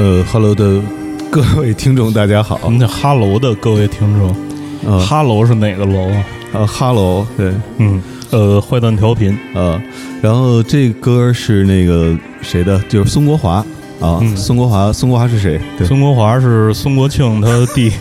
Hello 的各位听众，大家好。 那哈喽的各位听众，哈喽是哪个楼啊？ 哈喽，对， 坏蛋调频， 然后这歌是那个谁的？就是孙国华啊，孙国华是谁？对， 孙国华是孙国庆他弟。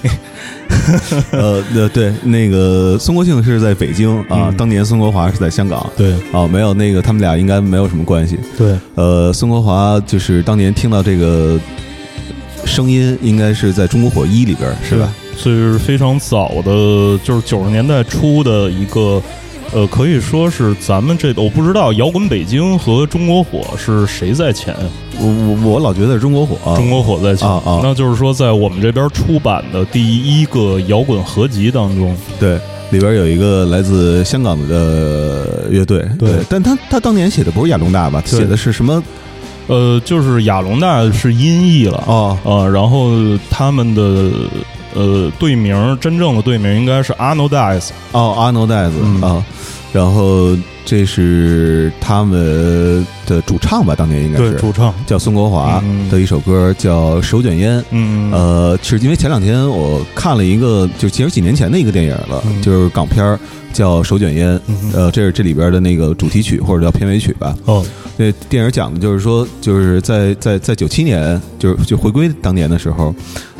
对，那个孙国庆是在北京啊，当年孙国华是在香港。 对， 没有那个他们俩应该没有什么关系。 对， 孙国华就是当年听到这个声音，应该是在《中国火1》里边，是吧？ 是非常早的，就是90年代初的一个。可以说是咱们我不知道摇滚北京和中国火是谁在前。 我老觉得是中国火， 中国火在前那就是说在我们这边出版的第一个摇滚合集当中， 对，里边有一个来自香港的乐队，对，但他当年写的不是亚龙大吧？写的是什么？ 就是亚龙大是音译了然后他们的队名真正的队名应该是 Arnold Dice。Arnold Dice 然后这是他们的主唱吧，当年应该是对主唱叫孙国华的一首歌叫《手卷烟》。是因为前两天我看了一个，就其实几年前的一个电影了，就是港片叫《手卷烟》。这是这里边的那个主题曲或者叫片尾曲吧。这电影讲的就是说，就是在97年，就回归当年的时候，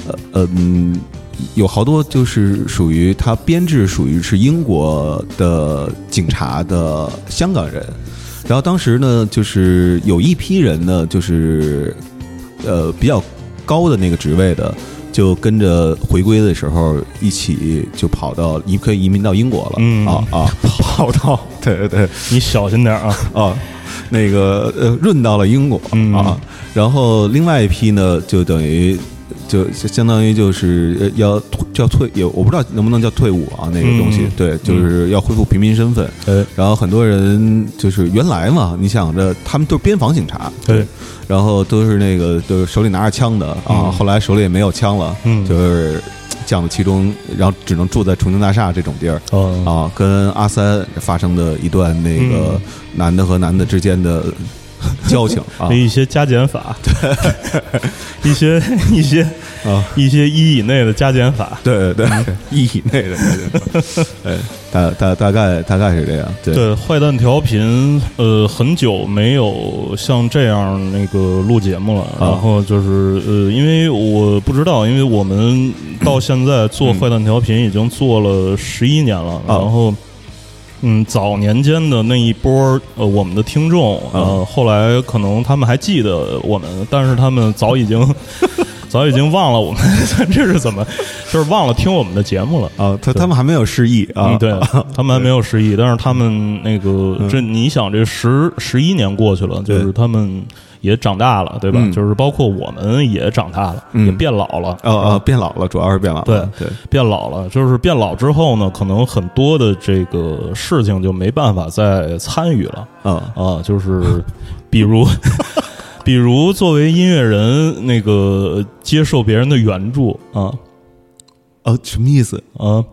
有好多就是属于他编制属于是英国的警察的香港人，然后当时呢，就是有一批人呢，就是比较高的那个职位的，就跟着回归的时候一起就可以移民到英国了。跑到对， 你小心点那个润到了英国然后另外一批呢，就等于。就相当于就是要退，我不知道能不能叫退伍那个东西。对，就是要恢复平民身份。然后很多人就是原来嘛，你想着他们都是边防警察， 对， 然后都是那个就是手里拿着枪的后来手里也没有枪了，就是降到其中，然后只能住在重庆大厦这种地儿跟阿三发生的一段那个男的和男的之间的交情一些加减法，对，一些一以内的加减法， 对，一以内的加减法，大概是这样。 对，坏蛋调频，很久没有像这样那个录节目了。然后就是因为我不知道，因为我们到现在做坏蛋调频已经做了11年了，然后。早年间的那一波我们的听众后来可能他们还记得我们，但是他们早已经忘了我们这是怎么，就是忘了听我们的节目了他们还没有失忆对，他们还没有失忆，但是他们那个你想这11年过去了，就是他们也长大了，对吧？就是包括我们也长大了，也变老了。 变老了，主要是变老了。对， 变老了，就是变老之后呢，可能很多的这个事情就没办法再参与了。就是比如作为音乐人，那个接受别人的援助什么意思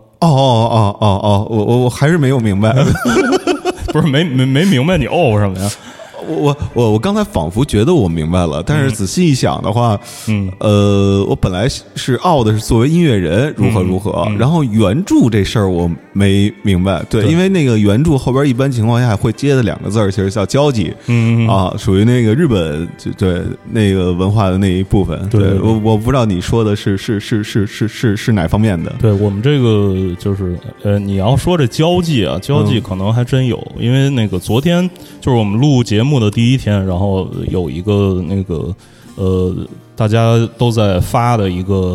我还是没有明白。 不是没明白你什么呀？ 我刚才仿佛觉得我明白了，但是仔细一想的话，我本来是的是作为音乐人如何，然后援助这事儿我没明白，对，因为那个援助后边一般情况下会接的2个字其实叫交际，属于那个日本对那个文化的那一部分，对，我不知道你说的是哪方面的？ 对，我们这个就是你要说这交际可能还真有，因为那个昨天就是我们录节目的第一天，然后有一个那个大家都在发的一个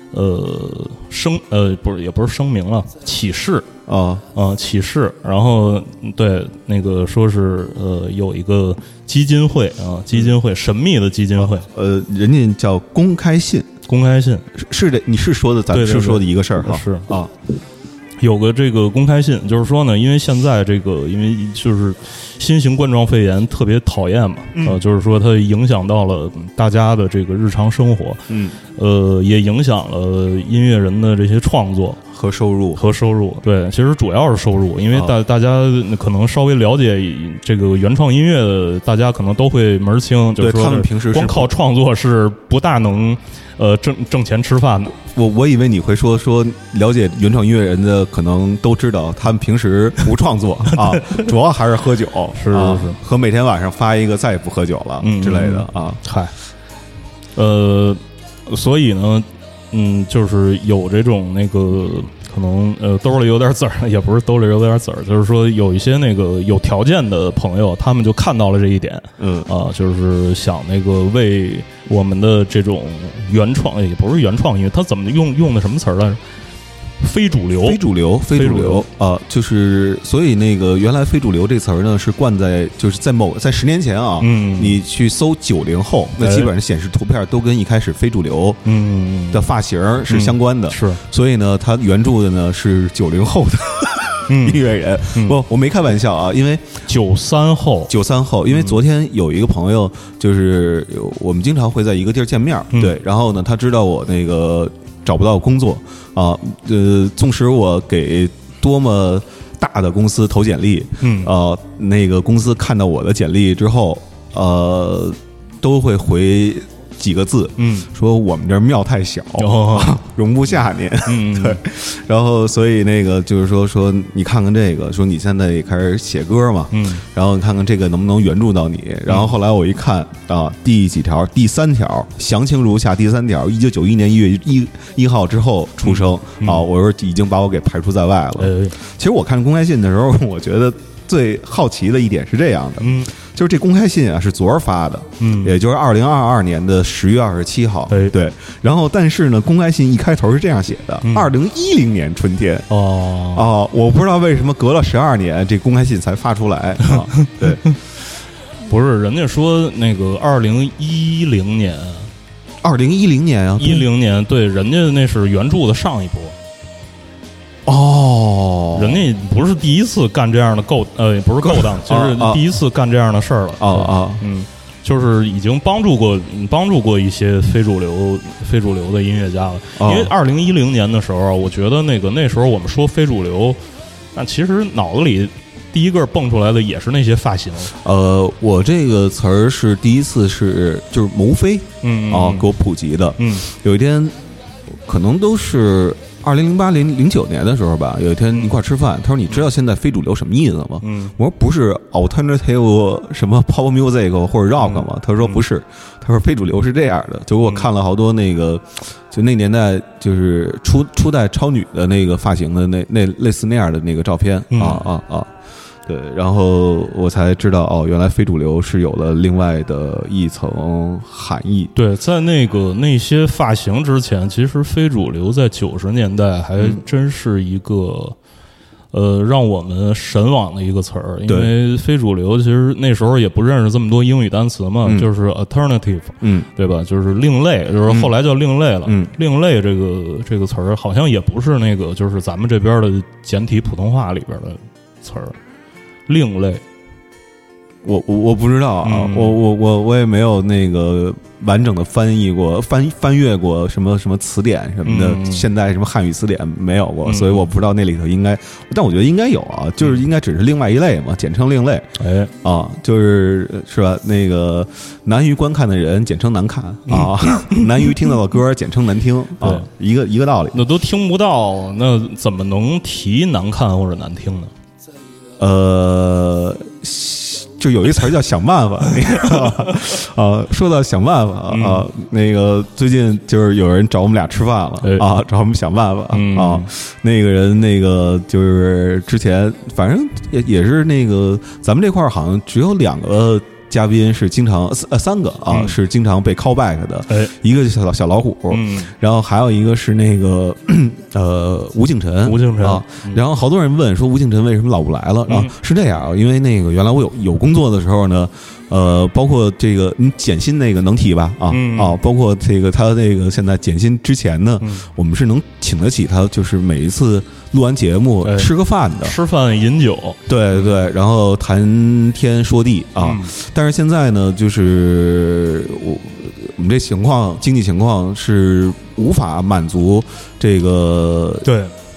也不是声明了，启事启事，然后对那个说是有一个基金会神秘的基金会， 人家叫公开信是的，你是说的咱们是说的一个事儿是有个这个公开信，就是说呢，因为现在这个因为就是新型冠状肺炎特别讨厌嘛，就是说它影响到了大家的这个日常生活，也影响了音乐人的这些创作， 和收入， 对，其实主要是收入，因为大家可能稍微了解这个原创音乐的，大家可能都会门儿清，就是说他们平时光靠创作是不大能挣钱吃饭的。 我以为你会说了解原创音乐人的，可能都知道他们平时不创作啊，主要还是喝酒， 是和每天晚上发一个再也不喝酒了之类的啊。 嗨，所以呢。就是有这种那个可能兜里有点籽儿，也不是兜里有点籽儿，就是说有一些那个有条件的朋友，他们就看到了这一点，就是想那个为我们的这种原创，也不是原创音乐，他怎么用的什么词儿来着？非主流就是所以那个原来非主流这词儿呢是冠在就是在10年前啊，你去搜90后，那基本上显示图片都跟一开始非主流的发型是相关的， 是， 所以呢，他原著的呢是90后的音乐人，我没开玩笑啊，因为 93后， 因为昨天有一个朋友，就是我们经常会在一个地儿见面，对，然后呢，他知道我那个找不到工作啊，纵使我给多么大的公司投简历，那个公司看到我的简历之后，都会回几个字，说我们这庙太小，容不下您，对，然后所以那个就是说你看看这个，说你现在也开始写歌嘛，然后你看看这个能不能援助到你，然后后来我一看啊，第3条，详情如下，第3条，1991年1月1号之后出生啊，我说已经把我给排除在外了。其实我看公开信的时候，我觉得最好奇的一点是这样的，就是这公开信啊是昨儿发的，也就是2022年的10月27号，对。然后但是呢，公开信一开头是这样写的：2010年春天。我不知道为什么隔了12年，这公开信才发出来啊？对， 不是人家说那个2010年啊 ，10 年，对，人家那是原著的上一波。人家不是第一次干这样的不是勾当，就是第一次干这样的事儿了。就是已经帮助过一些非主流的音乐家了。因为2010年的时候，我觉得那时候我们说非主流，但其实脑子里第一个蹦出来的也是那些发型。 我这个词儿是第一次就是牟飞给我普及的。有一天可能都是2008、09年的时候吧，有一天一块吃饭，他说：“你知道现在非主流什么意思吗？”我说：“不是 alternative 什么 pop music 或者 rock 吗？”他说：“不是，他说非主流是这样的。”就给我看了好多那个，就那年代就是初代超女的那个发型的那类似那样的那个照片对，然后我才知道原来非主流是有了另外的一层含义。 对，在那些发型之前，其实非主流在90年代还真是一个让我们神往的一个词儿，因为非主流其实那时候也不认识这么多英语单词嘛，就是 alternative，对吧？就是另类，就是后来叫另类了。另类这个词儿好像也不是那个，就是咱们这边的简体普通话里边的词儿。另类， 我不知道啊，我也没有那个完整的翻译过翻阅过什么词典什么的，现在什么汉语词典没有过，所以我不知道那里头应该，但我觉得应该有啊，就是应该只是另外一类嘛，简称另类。就是吧？那个难于观看的人简称难看啊，难于听到的歌简称难听啊，一个道理。 那都听不到，那怎么能提难看或者难听呢？ 就有一词儿叫想办法，说到想办法啊，那个最近就是有人找我们俩吃饭了找我们想办法那个人那个就是之前反正也是那个咱们这块儿好像只有2个嘉宾是经常3个是经常被 call back 的，一个是小老虎，然后还有一个是那个吴敬晨然后好多人问说吴敬晨为什么老不来了，然后是这样因为那个原来我有工作的时候呢，包括这个你减薪那个能提吧包括这个他那个现在减薪之前呢，我们是能请得起他，就是每一次录完节目吃个饭的， 吃饭饮酒， 对，然后谈天说地但是现在呢，就是我们这经济情况是无法满足这个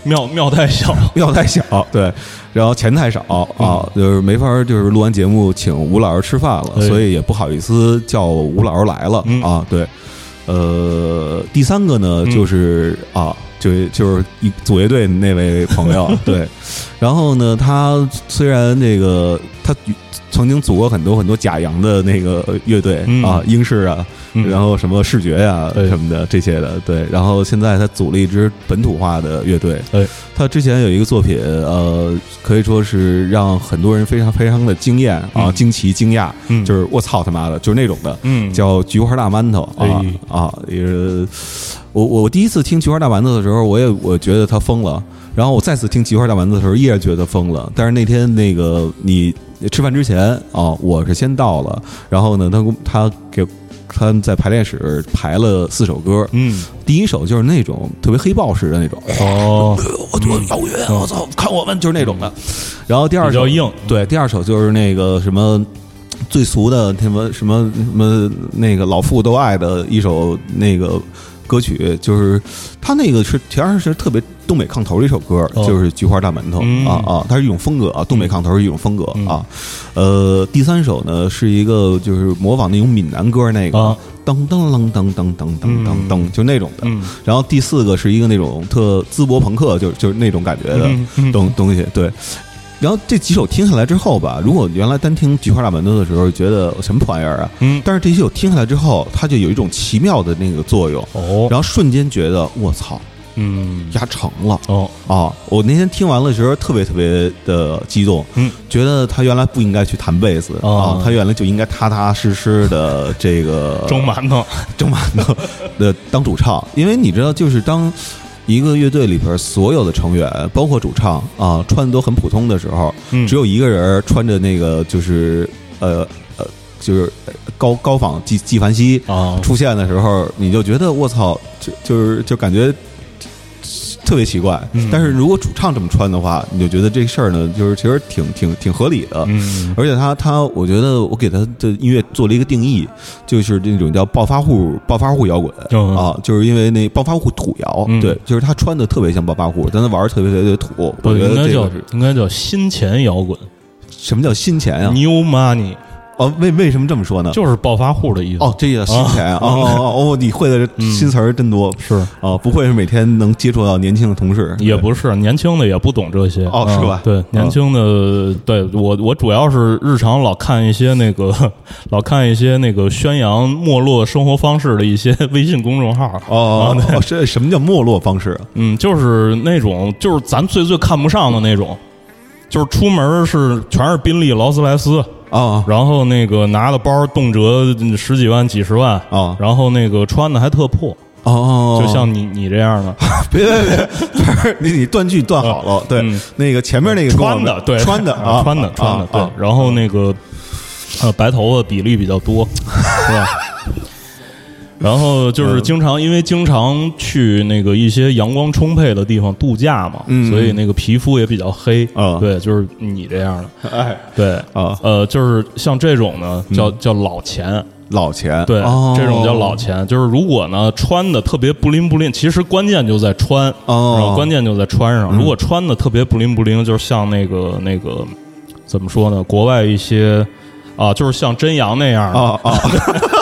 庙太小， 庙太小，对，然后钱太少啊，就是没法，就是录完节目请吴老师吃饭了，所以也不好意思叫吴老师来了啊。对，第三个呢，就是就是组乐队那位朋友，对，然后呢，他虽然那个他曾经组过很多很多假洋的那个乐队啊，英式啊，然后什么视觉呀什么的这些的，对，然后现在他组了一支本土化的乐队，他之前有一个作品，可以说是让很多人非常非常的惊艳啊，惊奇惊讶，就是我操他妈的，就是那种的，叫菊花大馒头也是。我第一次听菊花大馒头的时候，我觉得他疯了，然后我再次听菊花大馒头的时候，依然觉得他疯了。但是那天那个你吃饭之前我是先到了，然后呢，他在排练室排了4首歌，第一首就是那种特别黑豹式的那种，我老岳，我操，看我们就是那种的。然后第二首比较硬， 对，第二首就是那个什么最俗的什么那个老妇都爱的一首那个歌曲，就是他那个是其实是特别东北炕头的一首歌，就是菊花大馒头它是一种风格啊，东北炕头是一种风格啊。第三首呢是一个就是模仿那种闽南歌那个噔噔噔噔噔噔噔噔，就那种的。然后第四个是一个那种特淄博朋克，就是那种感觉的东西，对。然后这几首听下来之后吧，如果原来单听菊花大馒头的时候觉得什么破玩意儿啊，但是这几首听下来之后，它就有一种奇妙的那个作用，然后瞬间觉得我操，压成了我那天听完了的时候特别特别的激动，觉得他原来不应该去弹贝斯他原来就应该踏踏实实的这个蒸馒头的当主唱，因为你知道，就是当一个乐队里边所有的成员，包括主唱穿的都很普通的时候，只有一个人穿着那个就是就是高仿纪梵希出现的时候，你就觉得我操，就感觉特别奇怪。但是如果主唱这么穿的话，你就觉得这事儿呢，就是其实挺合理的。而且他我觉得我给他的音乐做了一个定义，就是那种叫暴发户摇滚就是因为那暴发户土摇，对，就是他穿的特别像暴发户，但他玩的特别特别土。我觉得这个应该叫新钱摇滚。 什么叫新钱呀 ？New money。 为什么这么说呢？ 就是暴发户的意思。 这叫新钱你会的新词儿真多。 是不会是每天能接触到年轻的同事？ 也不是，年轻的也不懂这些是吧？ 对，年轻的，对我主要是日常老看一些那个宣扬没落生活方式的一些微信公众号。 这什么叫没落方式？ 就是那种就是咱最看不上的那种，就是出门全是宾利劳斯莱斯。然后那个拿的包动辄十几万几十万然后那个穿的还特破就像你这样的。 别你断句断好了。对，那个前面那个穿的对穿的对，然后那个白头发比例比较多是吧？然后就是经常去那个一些阳光充沛的地方度假嘛，所以那个皮肤也比较黑对，就是你这样的。对就是像这种呢叫老钱，对，这种叫老钱。就是如果呢穿的特别不灵不灵，其实关键就在穿关键就在穿上。如果穿的特别不灵不灵，就是像那个怎么说呢？国外一些就是像真阳那样的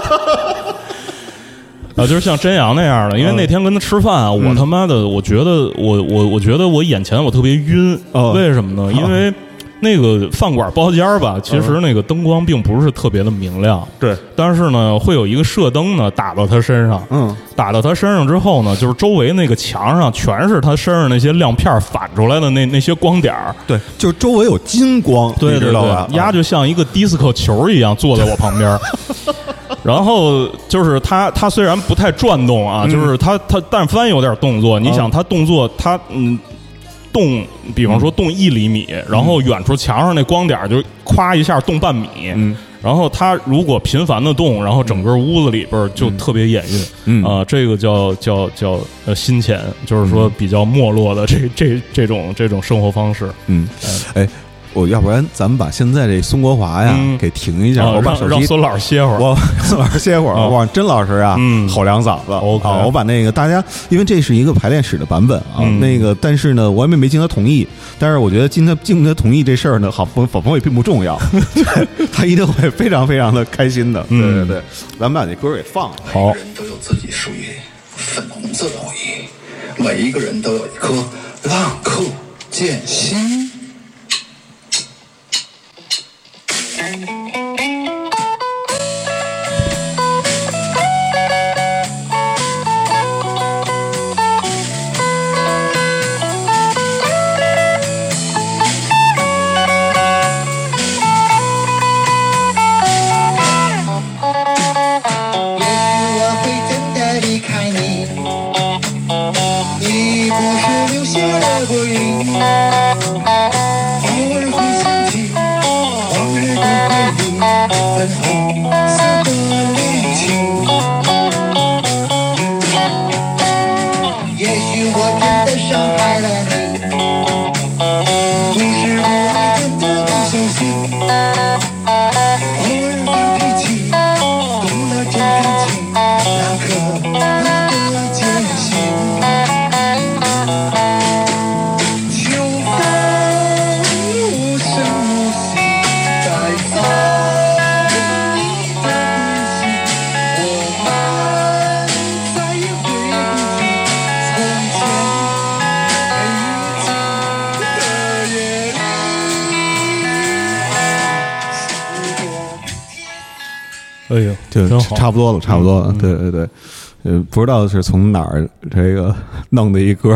就是像真阳那样的。因为那天跟他吃饭我他妈的，我觉得我觉得我眼前我特别晕为什么呢？因为那个饭馆包间吧，其实那个灯光并不是特别的明亮， 对， 但是呢会有一个射灯呢打到他身上，打到他身上之后呢，就是周围那个墙上全是他身上那些亮片反出来的那些光点儿， 对，就是周围有金光， 对， 知道吧？ 丫就像一个迪斯科球一样坐在我旁边。然后就是他虽然不太转动就是他但凡有点动作，你想他动作他动，比方说动1厘米，然后远处墙上那光点就咵一下动半米，然后他如果频繁的动，然后整个屋子里边就特别眼晕，这个叫新钱，就是说比较没落的这种生活方式。 我要不然咱们把现在这孙国华呀给停一下，我把手机让孙老师歇会儿， 我孙老师歇会儿，我让甄老师啊吼两嗓子。 OK， 我把那个大家，因为这是一个排练室的版本啊，那个但是呢，我也没经他同意，但是我觉得经他同意这事儿呢，仿佛也并不重要，他一定会非常非常的开心的。对对对，咱们把这歌给放了。 好， 每个人都有自己属于粉红色的回忆，每一个人都有一颗浪客剑心。 哎呦， 就差不多了，差不多了。对对对，不知道是从哪儿这个弄的一歌，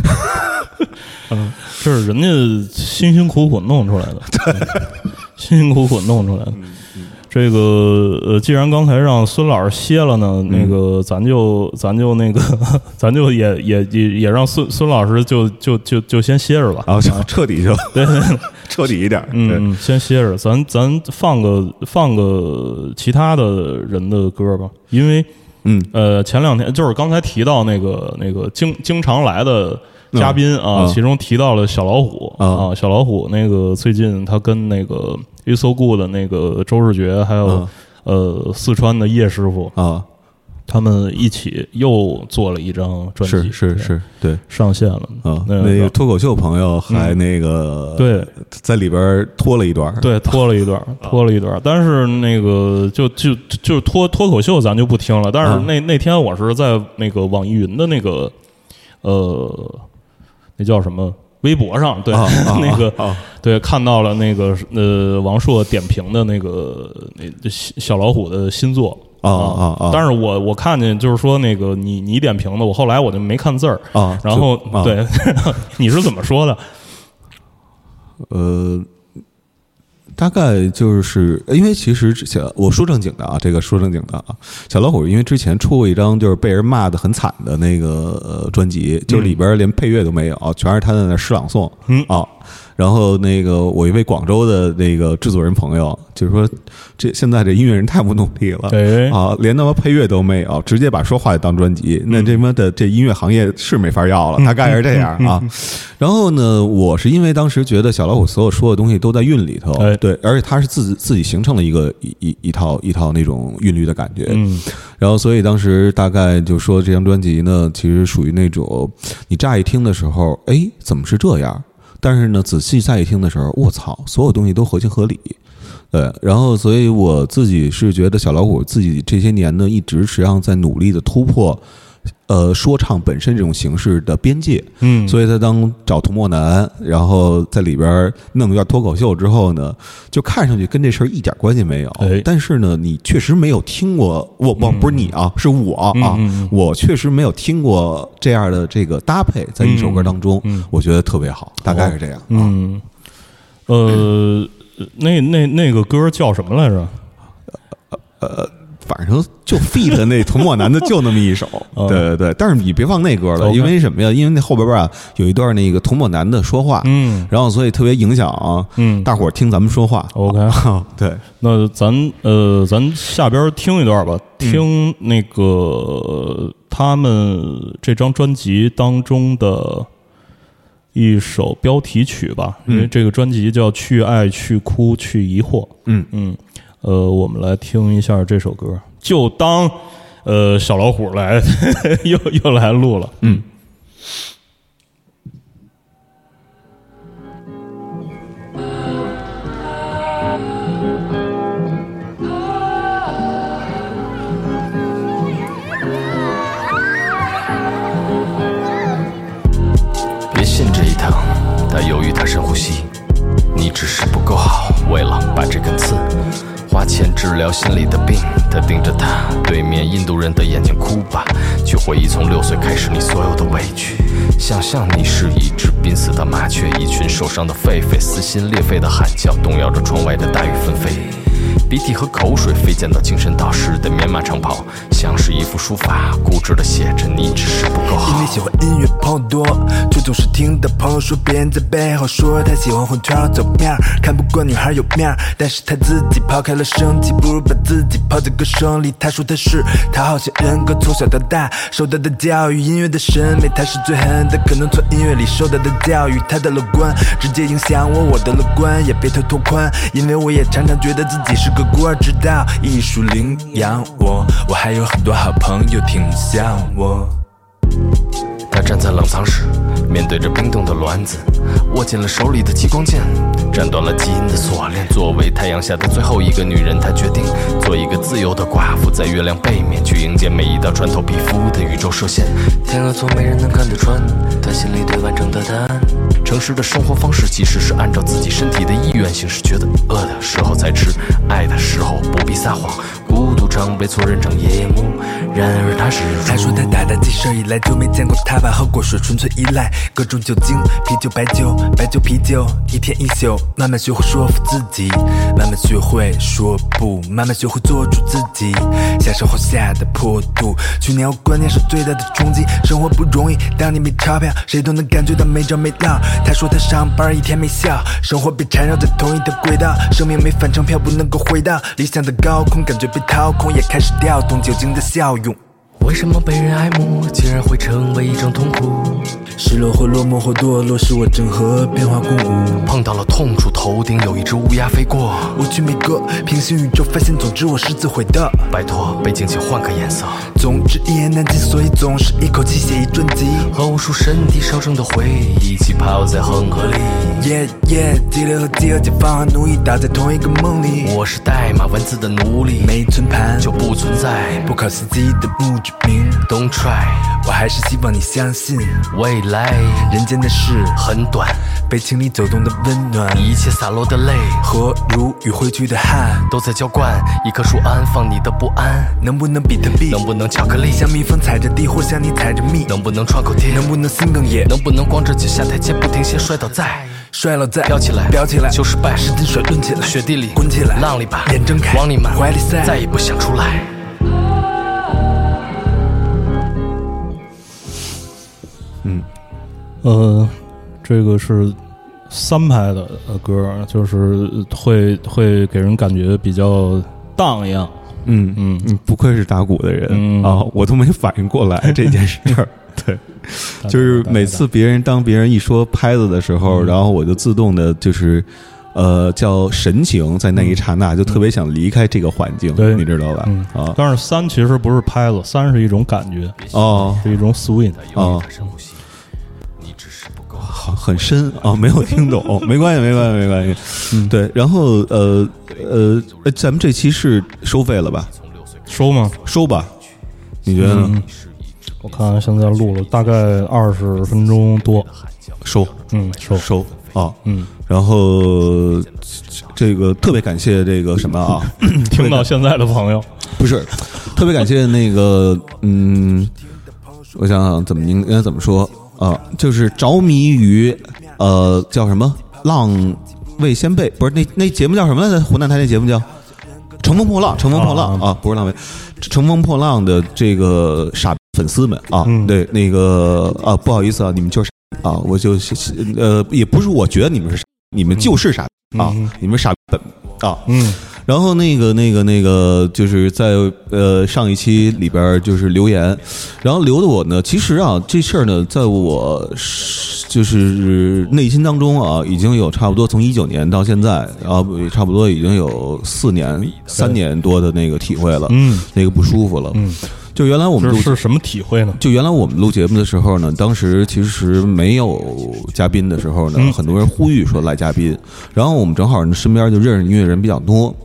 这是人家辛辛苦苦弄出来的，辛辛苦苦弄出来的。这个既然刚才让孙老师歇了呢，那个咱就那个，咱就也让孙老师就先歇着吧， 然后彻底就对彻底一点， 先歇着，咱放个其他的人的歌吧，因为前两天就是刚才提到那个经常来的嘉宾啊，其中提到了小老虎啊，小老虎那个最近他跟那个 You So Good 的那个周世觉，还有四川的叶师傅啊， 他们一起又做了一张专辑， 是，对， 上线了啊。那个脱口秀朋友还那个对， 在里边拖了一段， 对，拖了一段，但是那个就脱口秀咱就不听了，但是那天我是在那个网易云的那个那叫什么？微博上对那个对看到了那个王朔点评的那个小老虎的新作但是我看见就是说那个你点评的，我后来我就没看字儿然后对你是怎么说的？ 大概就是因为其实我说正经的啊，这个说正经的啊，小老虎因为之前出过一张就是被人骂得很惨的那个专辑，就是里边连配乐都没有，全是他在那诗朗诵然后那个我一位广州的那个制作人朋友就是说，现在这音乐人太不努力了连他妈配乐都没有，直接把说话也当专辑，那这妈的这音乐行业是没法要了，大概是这样啊。然后呢，我是因为当时觉得小老虎所有说的东西都在韵里头，对，而且他是自己形成了一套那种韵律的感觉，然后所以当时大概就说这张专辑呢，其实属于那种你乍一听的时候，哎，怎么是这样？但是呢，仔细再一听的时候，我操，所有东西都合情合理。对，然后所以我自己是觉得小老虎自己这些年呢，一直实际上在努力的突破说唱本身这种形式的边界，所以他当找涂墨南，然后在里边弄一段脱口秀之后呢，就看上去跟这事儿一点关系没有，但是呢，你确实没有听过，不是你啊，是我啊，我确实没有听过这样的这个搭配，在一首歌当中，我觉得特别好，大概是这样。 那个歌叫什么来着？ 反正就 feat 那涂墨南的就那么一首，对对对。但是你别放那歌了，因为什么呀？因为那后边啊有一段那个涂墨南的说话，然后所以特别影响大伙儿听咱们说话。 OK， 对， 那咱下边听一段吧，听那个他们这张专辑当中的一首标题曲吧，因为这个专辑叫《去爱去哭去疑惑》。我们来听一下这首歌，就当小老虎来又来录了。 别信这一套，他犹豫，他深呼吸，你只是不够好，为了把这根刺花钱治疗心里的病。他盯着他对面印度人的眼睛哭吧，去回忆从6岁开始你所有的委屈。想象你是一只濒死的麻雀，一群受伤的狒狒撕心裂肺的喊叫，动摇着窗外的大雨纷飞。鼻涕和口水飞溅到精神导师的棉麻长袍，像是一幅书法，固执地写着你只是不够好。 因为喜欢音乐朋友多，就总是听到朋友说别人在背后说他喜欢混圈走面，看不惯女孩有面，但是他自己抛开了生气，不如把自己抛在歌声里。他说他好像人格从小到大受到的教育，音乐的审美他是最狠的，可能从音乐里受到的教育，他的乐观直接影响我的乐观也别太拓宽，因为我也常常觉得自己是个孤儿，直到艺术领养我还有很多好朋友挺像我。 他站在冷藏室，面对着冰冻的卵子，握紧了手里的激光剑，斩断了基因的锁链。作为太阳下的最后一个女人，她决定做一个自由的寡妇，在月亮背面去迎接每一道穿透皮肤的宇宙射线。天鹅座没人能看得穿，她心里对完整的答案。诚实的生活方式其实是按照自己身体的意愿行事，觉得饿的时候才吃，爱的时候不必撒谎，孤独常被错认成夜幕，然而他是他说他打记事以来就没见过他把喝过水纯粹依赖各种酒精，啤酒白酒白酒啤酒，一天一宿，慢慢学会说服自己，慢慢学会说不，慢慢学会做主自己，像生活下的坡度。去年我观念是最大的冲击，生活不容易，当你没钞票谁都能感觉到没着没落。他说他上班一天没笑，生活被缠绕在同一条轨道，生命没返程票不能够回到理想的高空，感觉被掏空，也开始调动酒精的效用。 为什么被人爱慕竟然会成为一种痛苦？ 失落或落寞或堕落是我整合变化共舞， 碰到了痛处，头顶有一只乌鸦飞过。 我去每个平行宇宙发现，总之我是自毁的。 拜托背景请换个颜色。 总之一言难尽，所以总是一口气写一专辑， 和无数身体烧成的回忆一起泡在恒河里。 激烈和饥饿，解放和奴役倒在同一个梦里。 我是代码文字的奴隶， 没存盘就不存在， 不考司机的墓志铭。 Don't try， 我还是希望你相信未来人间的事很短， 被情里走动的温暖， 一切洒落的泪和如雨汇聚的汗， 都在浇灌一棵树安放你的不安。 能不能比特币？ 能不能巧克力？ 像蜜蜂踩着地，或像你踩着蜜？ 能不能创口贴？ 能不能心更野？ 能不能光着脚下台阶不停歇，摔倒再摔了再飙起来， 飙起来就失败， 使劲甩抡起来， 雪地里滚起来， 浪里吧， 眼睁开往你满怀里塞， 再也不想出来。 这个是3拍的歌，就是会给人感觉比较荡漾。 不愧是打鼓的人啊，我都没反应过来这件事儿。对，就是每次当别人一说拍子的时候，然后我就自动的就是叫神情，在那一刹那就特别想离开这个环境，你知道吧？啊， 但是3其实不是拍子，3是一种感觉哦， 是一种 swing 哦。很深啊，没有听懂，没关系。对，然后咱们这期是收费了吧？ 收吗？ 收吧，你觉得呢？ 我看现在录了大概20分钟多， 收收啊，然后这个特别感谢这个什么啊， 听到现在的朋友不是特别感谢那个我想想应该怎么说。就是着迷于叫什么浪味仙贝，不是那节目叫什么来着？湖南台那节目叫乘风破浪啊，不是浪味，乘风破浪的这个傻粉丝们啊，对那个不好意思啊，你们就是啊，我就也不是我觉得你们是傻，你们就是傻啊，你们傻本啊， 然后那个就是在上一期里边就是留言，然后留的我呢，其实啊这事儿呢，在我就是内心当中啊，已经有差不多从19年到现在，然后差不多已经有3年多的那个体会了，那个不舒服了，就原来我们录是什么体会呢？ 就原来我们录节目的时候呢，当时其实没有嘉宾的时候呢，很多人呼吁说来嘉宾，然后我们正好身边就认识音乐人比较多。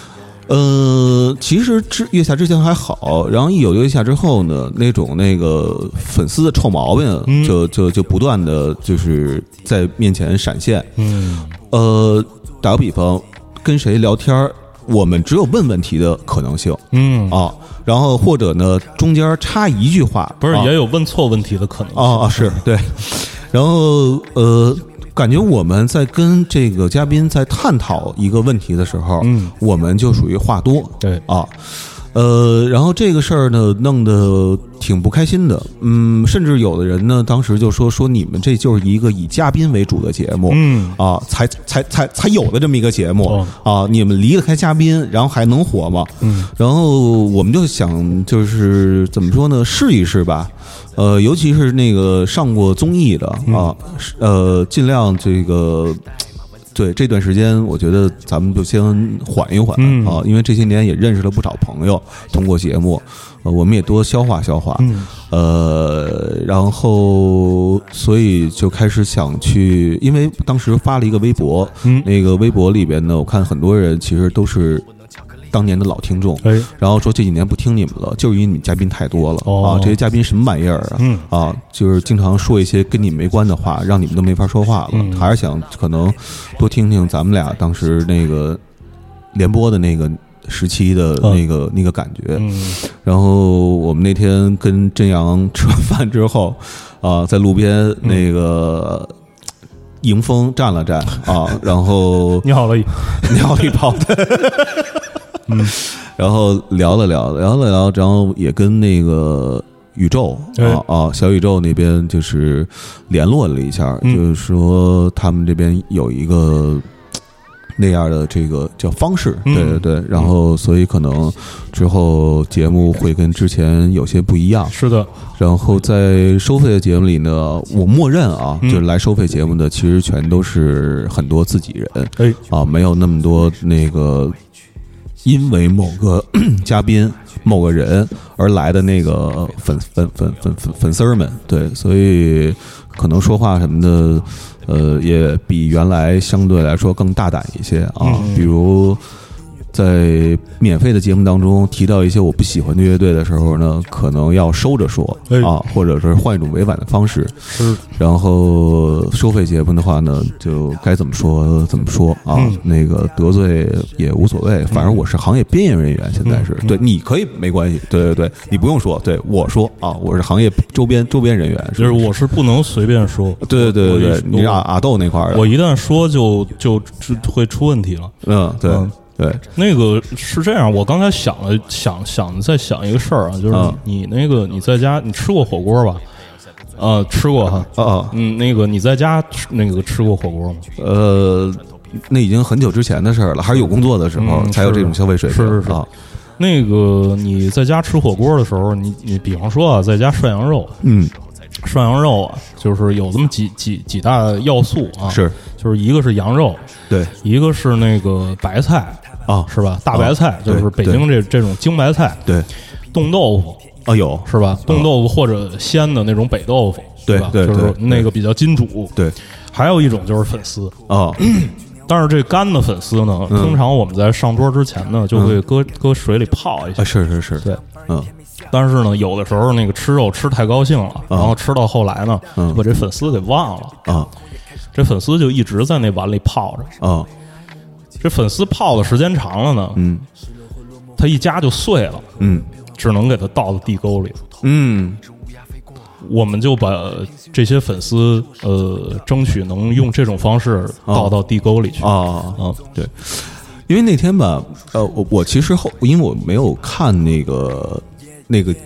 其实月下之前还好，然后一有月下之后呢，那个粉丝的臭毛病就不断的就是在面前闪现。打个比方，跟谁聊天，我们只有问问题的可能性。然后或者呢，中间插一句话， 不是也有问错问题的可能性是对。然后感觉我们在跟这个嘉宾在探讨一个问题的时候，我们就属于话多， 对啊。 然后这个事儿呢，弄得挺不开心的，甚至有的人呢，当时就说你们这就是一个以嘉宾为主的节目，才有的这么一个节目啊，你们离得开嘉宾，然后还能火吗？然后我们就想，就是怎么说呢，试一试吧，尤其是那个上过综艺的啊，尽量这个。对这段时间，我觉得咱们就先缓一缓啊，因为这些年也认识了不少朋友，通过节目，我们也多消化消化，然后所以就开始想去，因为当时发了一个微博，那个微博里边呢，我看很多人其实都是当年的老听众，然后说这几年不听你们了，就是因为你们嘉宾太多了啊，这些嘉宾什么玩意儿啊，就是经常说一些跟你没关的话，让你们都没法说话了，还是想可能多听听咱们俩当时那个联播的那个时期的那个感觉。然后我们那天跟真阳吃完饭之后啊，在路边那个迎风站了站啊，然后尿了一泡的。然后聊了聊，然后也跟那个宇宙小宇宙那边就是联络了一下，就是说他们这边有一个那样的这个叫方式，对，然后所以可能之后节目会跟之前有些不一样。 是的。 然后在收费的节目里呢，我默认啊，就是来收费节目的其实全都是很多自己人，没有那么多那个因为某个嘉宾某个人而来的那个粉丝们，对，所以可能说话什么的也比原来相对来说更大胆一些啊，比如在免费的节目当中提到一些我不喜欢的乐队的时候呢，可能要收着说啊，或者是换一种委婉的方式。然后收费节目的话呢，就该怎么说怎么说啊，那个得罪也无所谓，反正我是行业边缘人员，现在是对，你可以没关系，对，你不用说，对我说啊，我是行业周边人员， 就是我是不能随便说， 对，你阿豆那块儿的， 我一旦说就会出问题了， 对， 那个是这样。我刚才想再想一个事儿啊，就是你你在家你吃过火锅吧？吃过哈。那个你在家吃过火锅吗？ 那已经很久之前的事儿了，还是有工作的时候才有这种消费水平。 是啊。那个你在家吃火锅的时候，你比方说啊，在家涮羊肉，涮羊肉啊，就是有这么几大要素啊，就是一个是羊肉， 对， 一个是那个白菜。是吧？大白菜就是北京这种京白菜， 对， 冻豆腐有是吧？冻豆腐或者鲜的那种北豆腐， 对， 就是那个比较金主， 对。 还有一种就是粉丝但是这干的粉丝呢，通常我们在上桌之前呢，就会搁水里泡一下， 是， 对，但是呢，有的时候那个吃肉吃太高兴了，然后吃到后来呢，就把这粉丝给忘了这粉丝就一直在那碗里泡着这粉丝泡的时间长了呢，它一夹就碎了，只能给它倒到地沟里，我们就把这些粉丝争取能用这种方式倒到地沟里去对，因为那天吧，我其实因为我没有看那个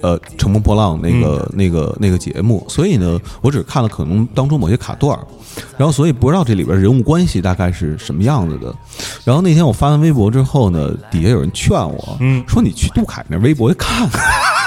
乘风破浪那个节目，所以呢，我只看了可能当中某些卡段，然后所以不知道这里边人物关系大概是什么样子的。然后那天我发完微博之后呢，底下有人劝我，说你去杜凯那微博看看。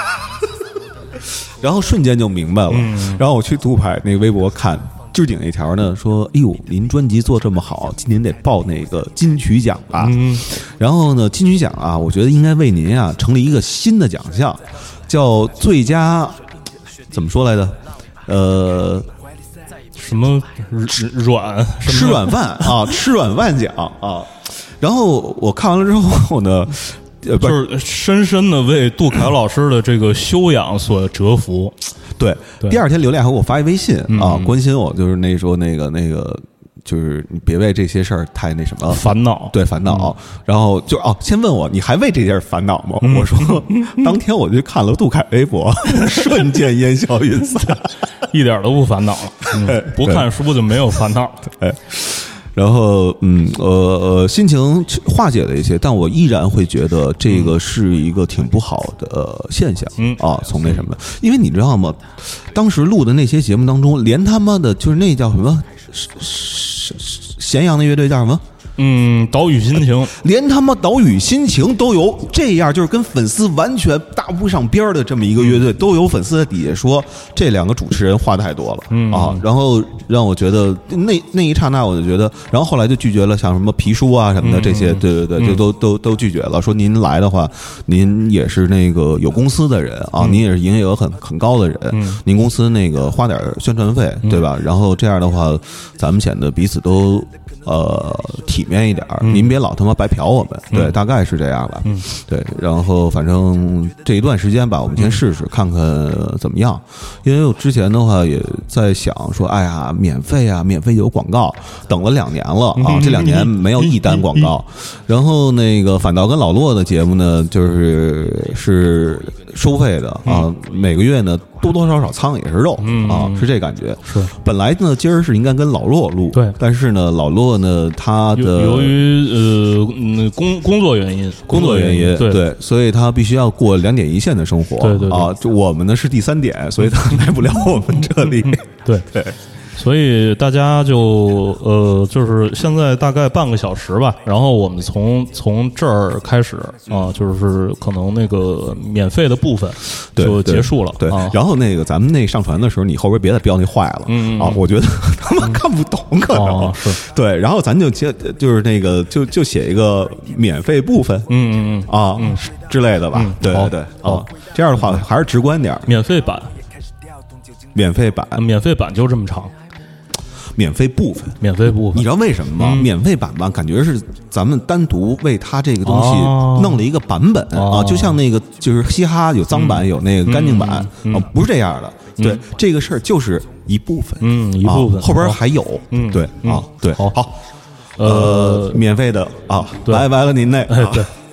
然后瞬间就明白了，然后我去杜凯那个微博看，置顶一条呢说：“哎呦，您专辑做这么好，今年得报那个金曲奖吧？”然后呢，金曲奖啊，我觉得应该为您啊成立一个新的奖项，叫最怎么说来着？ 什么吃软饭啊，吃软饭奖啊。然后我看完了之后呢。 就是深深的为杜凯老师的这个修养所折服。 对，第二天刘亮还给我发一微信啊，关心我，就是那时候那个，就是你别为这些事儿太那什么烦恼， 对烦恼。然后就先问我你还为这件事烦恼吗？我说当天我就看了杜凯微博，瞬间烟消云散， 一点都不烦恼了。不看书就没有烦恼。 然后心情化解了一些，但我依然会觉得这个是一个挺不好的现象从那什么，因为你知道吗？当时录的那些节目当中，连他妈的就是那叫什么咸阳的乐队叫什么？ 岛屿心情， 连他妈岛屿心情都有这样，就是跟粉丝完全搭不上边的这么一个乐队，都有粉丝在底下说这两个主持人话太多了然后让我觉得那一刹那我就觉得，然后后来就拒绝了像什么皮书啊什么的这些，对，就都拒绝了，说您来的话，您也是那个有公司的人啊，您也是营业额很高的人，您公司那个花点宣传费，对吧？然后这样的话，咱们显得彼此都体面一点，您别老他妈白嫖我们，对，大概是这样吧，对。然后反正这一段时间吧，我们先试试看看怎么样，因为我之前的话也在想说，哎呀，免费有广告，等了2年了啊，这2年没有一单广告。然后那个反倒跟老骆的节目呢，是收费的啊，每个月呢多多少少苍也是肉啊，是这感觉。 是本来呢今儿是应该跟老骆录， 对， 但是呢老骆呢他的由于工作原因， 对，所以他必须要过2点一线的生活， 对啊，我们呢是第3点，所以他来不了我们这里， 对。所以大家就是现在大概半个小时吧，然后我们从这儿开始啊，就是可能那个免费的部分就结束了。 对，然后那个咱们那上传的时候，你后边别再标那坏了啊，我觉得他们看不懂可能是对，然后咱就是那个就写一个免费部分，之类的吧，对，这样的话还是直观点，免费版就这么长。 免费部分，你知道为什么吗？免费版吧，感觉是咱们单独为它这个东西弄了一个版本啊，就像那个就是嘻哈有脏版有那个干净版啊，不是这样的。对，这个事儿就是一部分， 一部分， 后边还有，对啊，对，好，免费的啊，来了您那， 对。